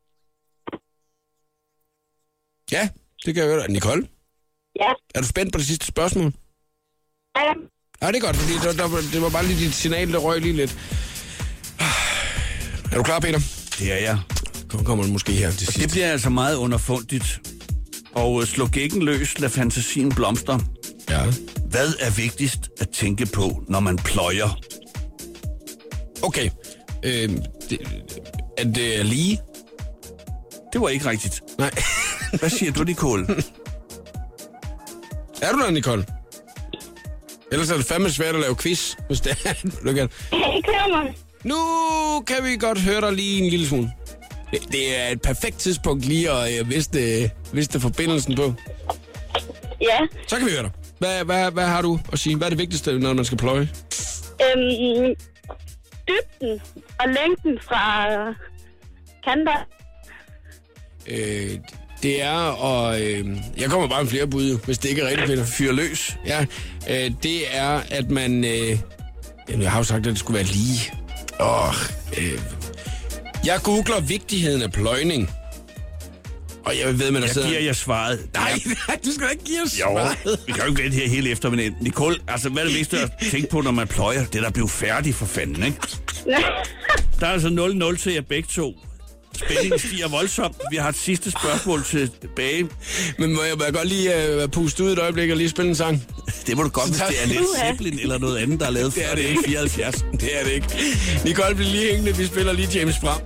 Ja, det kan jeg høre. Nicole? Ja. Er du spændt på det sidste spørgsmål? Ja. Ja, det er godt, fordi det var bare lige dit signal, der røg lige lidt. Er du klar, Peter? Det er jeg. Kommer du måske her til sidst. Det bliver altså meget underfundigt. Og slå gækken løs, lad fantasien blomstre. Ja. Hvad er vigtigst at tænke på, når man pløjer? Okay. Er det lige? Det var ikke rigtigt. Nej. Hvad siger du, Nicole? Er du der, Nicole? Ellers er det fandme svært at lave quiz, hvis det er. Nu kan vi godt høre dig lige en lille smule. Det er et perfekt tidspunkt lige at viste forbindelsen på. Ja. Så kan vi høre dig. Hvad har du at sige? Hvad er det vigtigste, når man skal pløje? Dybden og længden fra kanter. Det er, og jeg kommer bare med flere bud, hvis det ikke er rigtigt, Peter. Fyr løs. Ja, det er, at man... jeg har jo sagt, at det skulle være lige. Jeg googler vigtigheden af pløjning. Og jeg ved, man der sidder... Jeg giver jer svaret. Nej, du skal da ikke give os svaret. Jo, vi kan jo ikke vente her hele eftermiddagen. Nicole, altså hvad er det vigtigste at tænke på, når man pløjer? Det er der blev færdig for fanden, ikke? Der er altså 0-0 til jer begge to. Spændingen stiger voldsomt. Vi har et sidste spørgsmål tilbage. Men må jeg godt lige puste ud et øjeblik og lige spille en sang? Det må du godt, hvis det er lidt Zeppelin eller noget andet, der er lavet før. Det er ikke 74. Det er det ikke. Nicole, bliver lige hængende. Vi spiller lige James Brown.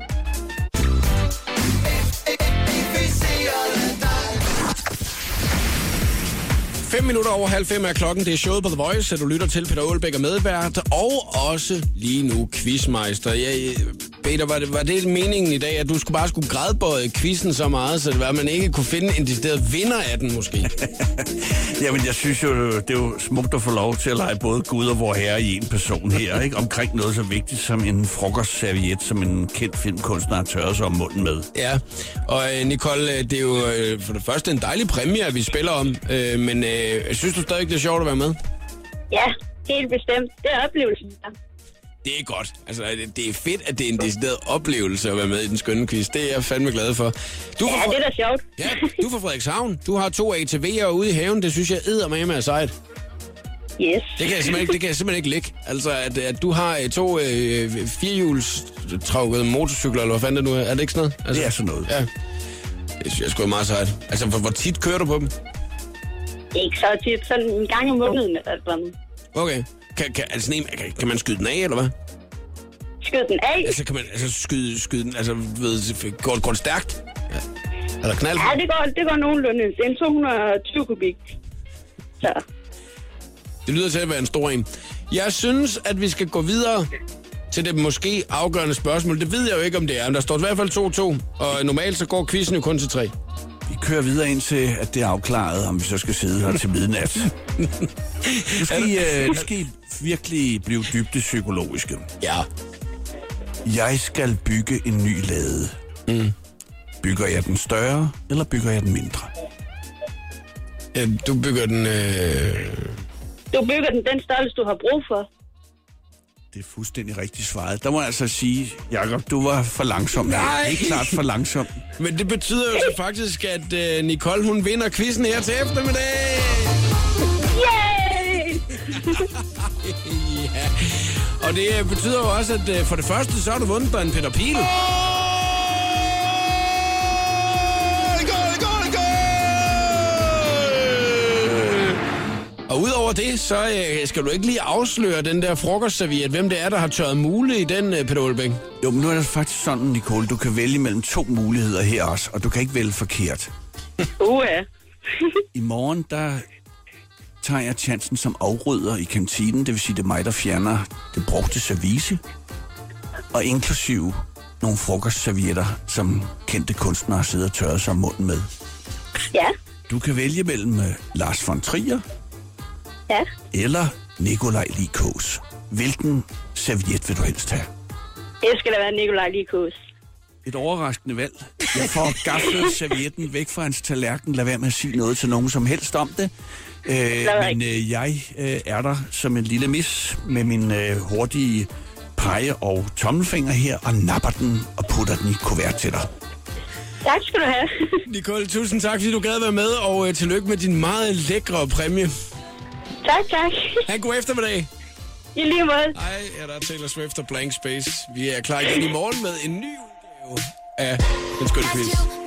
Fem minutter over 4:30 er klokken. Det er showet på The Voice, så du lytter til Peter Aalbæk og medvært. Og også lige nu quizmeister. Peter, var det meningen i dag, at du bare skulle gradbøje quizzen så meget, så det var, at man ikke kunne finde en decideret vinder af den måske? Jamen, jeg synes jo, det er jo smukt at få lov til at lege både Gud og vor herre i en person her, ikke? Omkring noget så vigtigt som en frokostserviet, som en kendt filmkunstner har tørret sig om munden med. Ja, og Nicole, det er jo for det første en dejlig præmie, vi spiller om, men synes du stadig, det er sjovt at være med? Ja, helt bestemt. Det er oplevelsen. Det er godt. Altså, det er fedt, at det er en decideret oplevelse at være med i den skønne quiz. Det er jeg fandme glad for. Det er da sjovt. Ja, du er fra Frederikshavn. Du har 2 ATV'er ude i haven. Det synes jeg eddermame er sejt. Yes. Det kan jeg simpelthen ikke lægge. Altså, at du har 2 firehjulstrukkede motorcykler, eller hvad fanden det nu er. Er det ikke sådan noget? Altså, det er sådan noget. Ja. Det synes jeg sgu er meget sejt. Altså, hvor tit kører du på dem? Ikke så tit. Sådan en gang i måneden eller sådan. Okay. Kan man skyde den af, eller hvad? Skyde den af? Altså, kan man skyde den, altså, går det stærkt? Ja. Eller knald? Ja, det går nogenlunde. Det er en 220 kubik. Så. Det lyder til at være en stor en. Jeg synes, at vi skal gå videre til det måske afgørende spørgsmål. Det ved jeg jo ikke, om det er, men der står i hvert fald 2-2, og normalt så går quizzen jo kun til 3. Vi kører videre ind til, at det er afklaret, om vi så skal sidde her til midnat. Nu skal I virkelig blive dybde psykologiske. Ja. Jeg skal bygge en ny lade. Bygger jeg den større, eller bygger jeg den mindre? Ja, du bygger den... Du bygger den størrelse, du har brug for. Det er fuldstændig rigtigt svaret. Der må jeg altså sige, Jacob, du var for langsom. Nej! Helt klart for langsom. Men det betyder jo så faktisk, at Nicole, hun vinder quizzen her til eftermiddag. Yay! Ja. Og det betyder jo også, at for det første, så har du vundet dig en Peter Pil. Og udover det, så skal du ikke lige afsløre den der frokostserviet, hvem det er, der har tørret mule i den, Peter Aalbæk. Jo, men nu er det faktisk sådan, Nicole, du kan vælge mellem 2 muligheder her også, og du kan ikke vælge forkert. Ja. I morgen, der tager jeg chancen som afrydder i kantinen, det vil sige, det er mig, der fjerner det brugte service, og inklusive nogle frokostservietter, som kendte kunstnere sidder og tørrer sig om munden med. Ja. Du kan vælge mellem Lars von Trier Ja. eller Nikolaj Likås. Hvilken serviet vil du helst have? Det skal da være Nikolaj Likås. Et overraskende valg. Jeg får gaflet servietten væk fra hans tallerken. Lad være med at sige noget til nogen som helst om det. Men jeg er der som en lille mis med min hurtige pege- og tommelfinger her og napper den og putter den i kuvert til dig. Tak skal du have. Nicole, tusind tak, fordi du gad være med, og tillykke med din meget lækre præmie. Tak. Ha' en god eftermiddag. I lige måde. Hej, der er Taylor Swift og Blank Space. Vi er klar igen i morgen med en ny udgave af Den Skønne Quiz.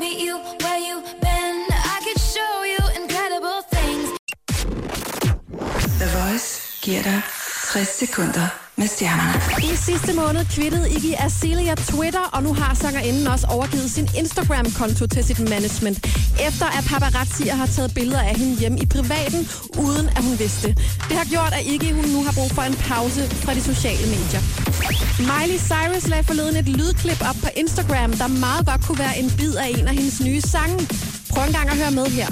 The Voice giver dig 60 sekunder med stjernerne. I sidste måned kvittede Iggy Azalea Twitter, og nu har sangerinden også overgivet sin Instagram-konto til sit management, efter at paparazzier har taget billeder af hende hjemme i privaten, uden at hun vidste det. Det har gjort, at Iggy hun nu har brug for en pause fra de sociale medier. Miley Cyrus lagde forleden et lydklip op på Instagram, der meget godt kunne være en bid af en af hendes nye sange. Prøv en gang at høre med her.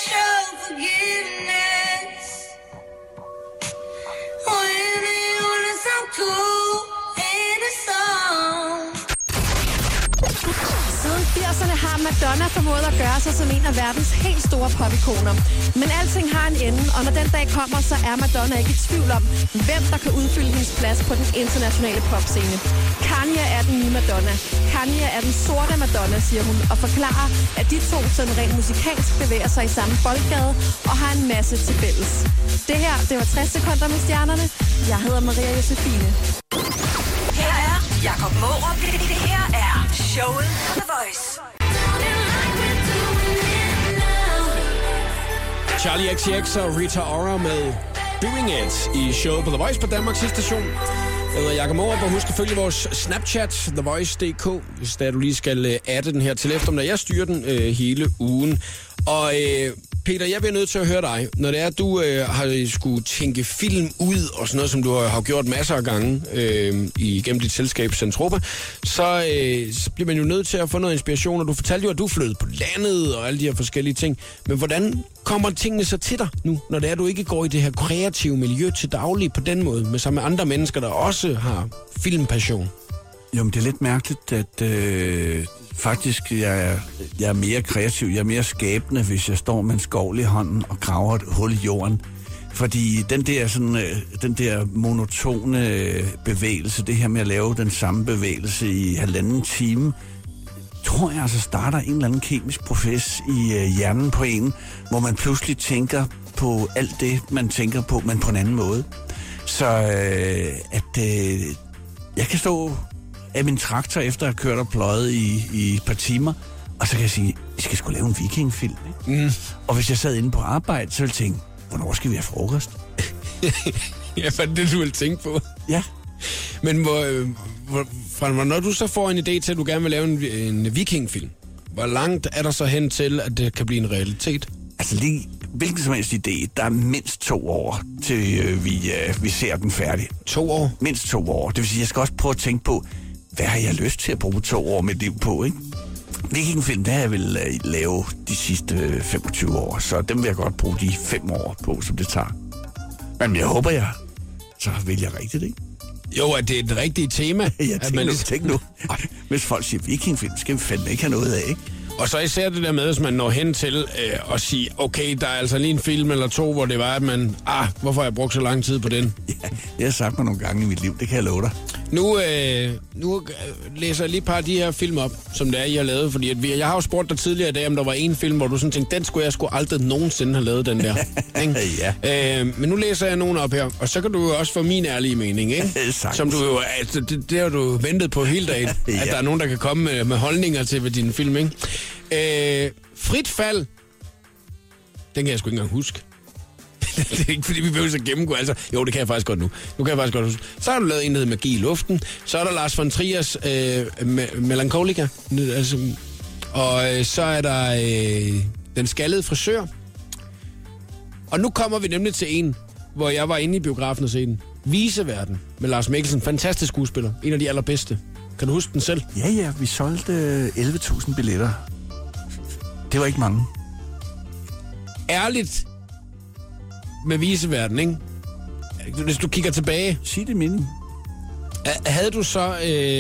Siden 80'erne har Madonna formået at gøre sig som en af verdens helt store popikoner. Men alting har en ende, og når den dag kommer, så er Madonna ikke i tvivl om, hvem der kan udfylde hendes plads på den internationale popscene. Kanye er den nye Madonna. Kanye er den sorte Madonna, siger hun, og forklarer, at de to sådan rent musikalsk bevæger sig i samme boldgade og har en masse til fælles. Det her, det var 60 sekunder med stjernerne. Jeg hedder Maria Josefine. Her er Jakob Mårup. Det her er showet på The Voice. Charlie XCX og Rita Ora med Doing It i showet på The Voice på Danmarks station. Jeg hedder Jakob Mårup, og husk at følge vores Snapchat, thevoice.dk, hvis der du lige skal adde den her til eftermiddag. Jeg styrer den hele ugen. Og Peter, jeg bliver nødt til at høre dig. Når det er, at du har skulle tænke film ud og sådan noget, som du har gjort masser af gange igennem dit selskab Centropa, så bliver man jo nødt til at få noget inspiration. Og du fortalte jo, at du flyttede på landet og alle de her forskellige ting. Men hvordan kommer tingene så til dig nu, når det er, at du ikke går i det her kreative miljø til daglig på den måde, med sammen med andre mennesker, der også har filmpassion? Jo, men det er lidt mærkeligt, at faktisk jeg er mere kreativ, jeg er mere skabende, hvis jeg står med en skovl i hånden og graver et hul i jorden. Fordi den der monotone bevægelse, det her med at lave den samme bevægelse i 1,5 time, tror jeg altså starter en eller anden kemisk proces i hjernen på en, hvor man pludselig tænker på alt det, man tænker på, men på en anden måde. Så jeg kan stå af min traktor, efter at have kørt og pløjet i et par timer, og så kan jeg sige, vi skal sgu lave en vikingfilm, ikke? Mm. Og hvis jeg sad inde på arbejde, så ville jeg tænke, hvornår skal vi have frokost? Ja, for det du ville tænke på. Ja. Men når du så får en idé til, at du gerne vil lave en vikingfilm, hvor langt er der så hen til, at det kan blive en realitet? Altså lige hvilken som helst idé, der er mindst 2 år, til vi ser den færdig. 2 år? Mindst 2 år. Det vil sige, jeg skal også prøve at tænke på, hvad har jeg lyst til at bruge 2 år med liv på, ikke? Vikingfilm, der har jeg vel lave de sidste 25 år, så dem vil jeg godt bruge de 5 år på, som det tager. Men jeg håber, så vil jeg rigtigt, ikke? Jo, at det er et rigtigt tema. Ja, tænk nu. Hvis folk siger vikingfilm, skal vi fandme ikke have noget af, ikke? Og så især det der med, hvis man når hen til at sige, okay, der er altså lige en film eller 2, hvor det var, at man, hvorfor har jeg brugt så lang tid på den? Ja, det har jeg sagt mig nogle gange i mit liv, det kan jeg love dig. Nu læser jeg lige et par af de her film op, som det er, I har lavet. Fordi jeg har jo spurgt dig tidligere i dag, om der var en film, hvor du sådan tænkte, den skulle jeg sgu aldrig nogensinde have lavet, den der. Ja. Men nu læser jeg nogen op her, og så kan du jo også få min ærlige mening, ikke? Som du jo, altså, det har du ventet på hele dagen, ja. At der er nogen, der kan komme med holdninger til dine film, ikke? Frit fald, den kan jeg sgu ikke engang huske. Det er ikke, fordi vi behøver at gennemgå. Altså, jo, det kan jeg faktisk godt nu. Nu kan jeg faktisk godt huske. Så har du lavet en, der hedder Magi i luften. Så er der Lars von Triers Melancholica. Altså, og så er der Den skaldede frisør. Og nu kommer vi nemlig til en, hvor jeg var inde i biografen og se den. Viseverden med Lars Mikkelsen. Fantastisk skuespiller. En af de allerbedste. Kan du huske den selv? Ja, vi solgte 11.000 billetter. Det var ikke mange. Ærligt med Viseverden, ikke? Hvis du kigger tilbage. Sig det mening. Havde du så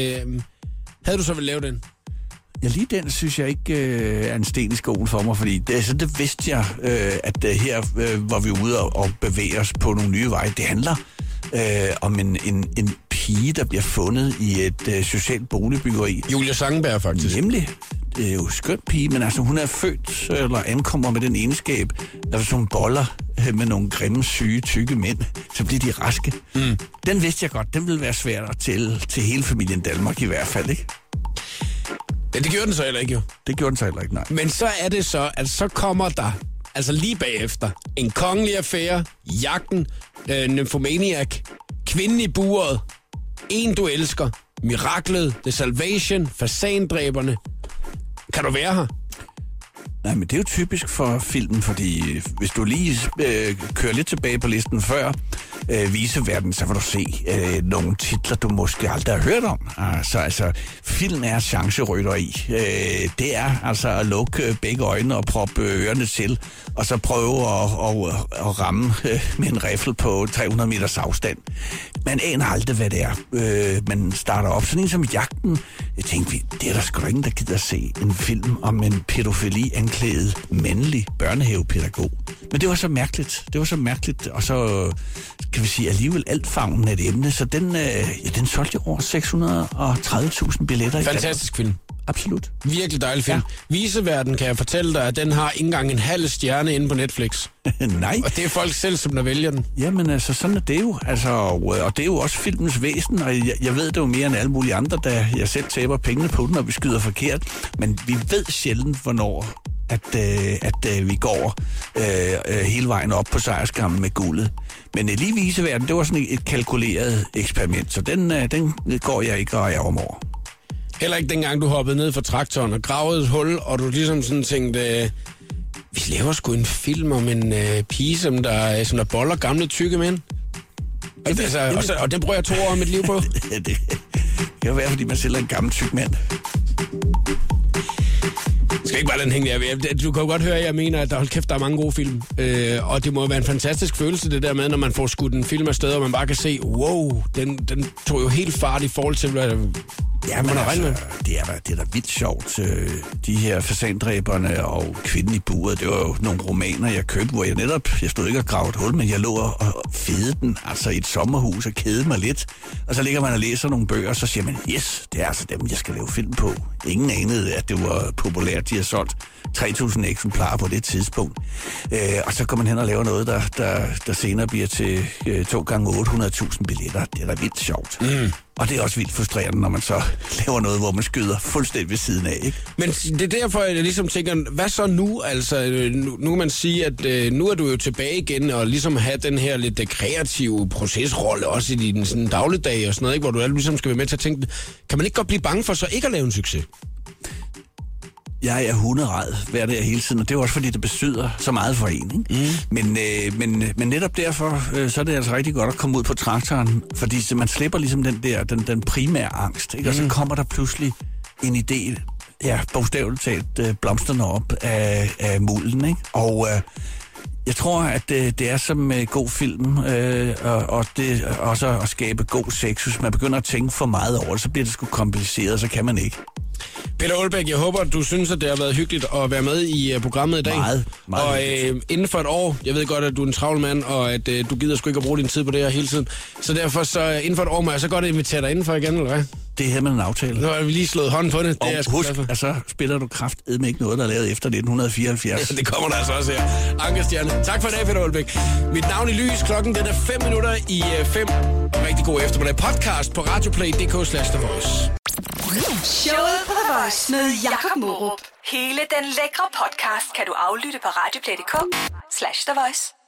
vil lave den? Ja, lige den synes jeg ikke er en sten i skoen for mig, fordi det vidste jeg, at her var vi ude og bevæge os på nogle nye veje. Det handler om en pige, der bliver fundet i et socialt boligbyggeri. Julia Sangenberg, faktisk. Nemlig. Det er jo en skøn pige, men altså hun er født eller ankommer med den egenskab, der er sådan nogle boller med nogle grimme, syge, tykke mænd, så bliver de raske. Mm. Den vidste jeg godt, den ville være svært at tælle til hele familien Danmark i hvert fald, ikke? Ja, det gjorde den så heller ikke, jo. Det gjorde den så heller ikke, nej. Men så er det så, at så kommer der, altså lige bagefter, en kongelig affære, jagten, Nymphomaniac, kvinden i buret, en du elsker, miraklet, The Salvation, fasandræberne. Kan du være her? Nej, men det er jo typisk for filmen, fordi hvis du lige kører lidt tilbage på listen før Viseverden, så vil du se nogle titler, du måske aldrig har hørt om. Altså film er chancerytteri. Det er altså at lukke begge øjne og proppe ørerne til, og så prøve at ramme med en riffel på 300 meters afstand. Man aner aldrig, hvad det er. Man starter op sådan en som Jagten. Jeg tænkte, det er der sgu ingen, der gider se en film om en pædofili-anklædet mandlig børnehavepædagog. Men det var så mærkeligt. Og så kan vi sige alligevel altfavnen af et emne. Så den solgte over 630.000 billetter. Fantastisk film. Absolut. Virkelig dejlig film. Ja. Viseverden, kan jeg fortælle dig, at den har ikke engang en halv stjerne inde på Netflix. Nej. Og det er folk selv, som der vælger den. Jamen altså, sådan er det jo. Altså, og det er jo også filmens væsen, og jeg ved det jo mere end alle mulige andre, da jeg selv taber pengene på den, og vi skyder forkert. Men vi ved sjældent, hvornår at vi går hele vejen op på sejrskammen med guldet. Men lige Viseverden, det var sådan et kalkuleret eksperiment, så den går jeg ikke og ærger mig over. Heller ikke dengang, du hoppede ned fra traktoren og gravede et hul, og du ligesom sådan tænkte, vi laver sgu en film om en pige, som der boller gamle tykke mænd. Og den bruger jeg 2 år af mit liv på. Det kan jo være, fordi man selv er en gammel tyk mand. Skal ikke bare den hænge der. Du kan jo godt høre, at jeg mener, at der er mange gode film. Og det må jo være en fantastisk følelse, det der med, når man får skudt en film afsted, og man bare kan se, wow, den tog jo helt fart i forhold til, hvad ja, men altså, det er da vildt sjovt. De her fasandræberne og Kvinden i buret, det var jo nogle romaner, jeg købte, hvor jeg stod ikke og gravede hul, men jeg lå og fede den, altså i et sommerhus og kede mig lidt. Og så ligger man og læser nogle bøger, og så siger man, yes, det er altså dem, jeg skal lave film på. Ingen anede, at det var populært. De har solgt 3.000 eksemplarer på det tidspunkt. Og så kommer man hen og laver noget, der senere bliver til 2 gange 800.000 billetter. Det er da vildt sjovt. Mm. Og det er også vildt frustrerende, når man så laver noget, hvor man skyder fuldstændig ved siden af, ikke? Men det er derfor, jeg ligesom tænker, hvad så nu? Altså, nu kan man sige, at nu er du jo tilbage igen, og ligesom have den her lidt kreative procesrolle, også i din sådan dagligdag og sådan noget, ikke? Hvor du ligesom skal være med til at tænke, kan man ikke godt blive bange for så ikke at lave en succes? Jeg er hunderad hver dag hele tiden, og det er også fordi, det betyder så meget for en. Ikke? Mm. Men netop derfor, så er det altså rigtig godt at komme ud på traktoren, fordi så man slipper ligesom den primære angst. Ikke? Og så kommer der pludselig en idé, bogstaveligt talt blomsterne op af mulden. Ikke? Og jeg tror, at det er som god film, og det også at skabe god sex. Hvis man begynder at tænke for meget over det, så bliver det sgu kompliceret, så kan man ikke. Peter Aalbæk, jeg håber, du synes, at det har været hyggeligt at være med i programmet i dag. Meget og inden for et år, jeg ved godt, at du er en travl mand, og at du gider sgu ikke at bruge din tid på det her hele tiden. Så derfor, så inden for et år, må jeg så godt invitere dig indenfor igen, eller hvad? Det her med en aftale. Nu har vi lige slået hånden på det. Og det er jeg husk, at så spiller du kraftedme ikke noget, der er lavet efter 1974. Det kommer der altså også her. Ankerstjerne. Tak for i dag, Peter Aalbæk. Mit navn i lys. Klokken den er 5 minutter i 5. Rigtig god eftermiddag. Podcast på radioplay.dk/The Voice. Showet på The Voice med Jakob Morup. Hele den lækre podcast kan du aflytte på radioplay.dk/The Voice.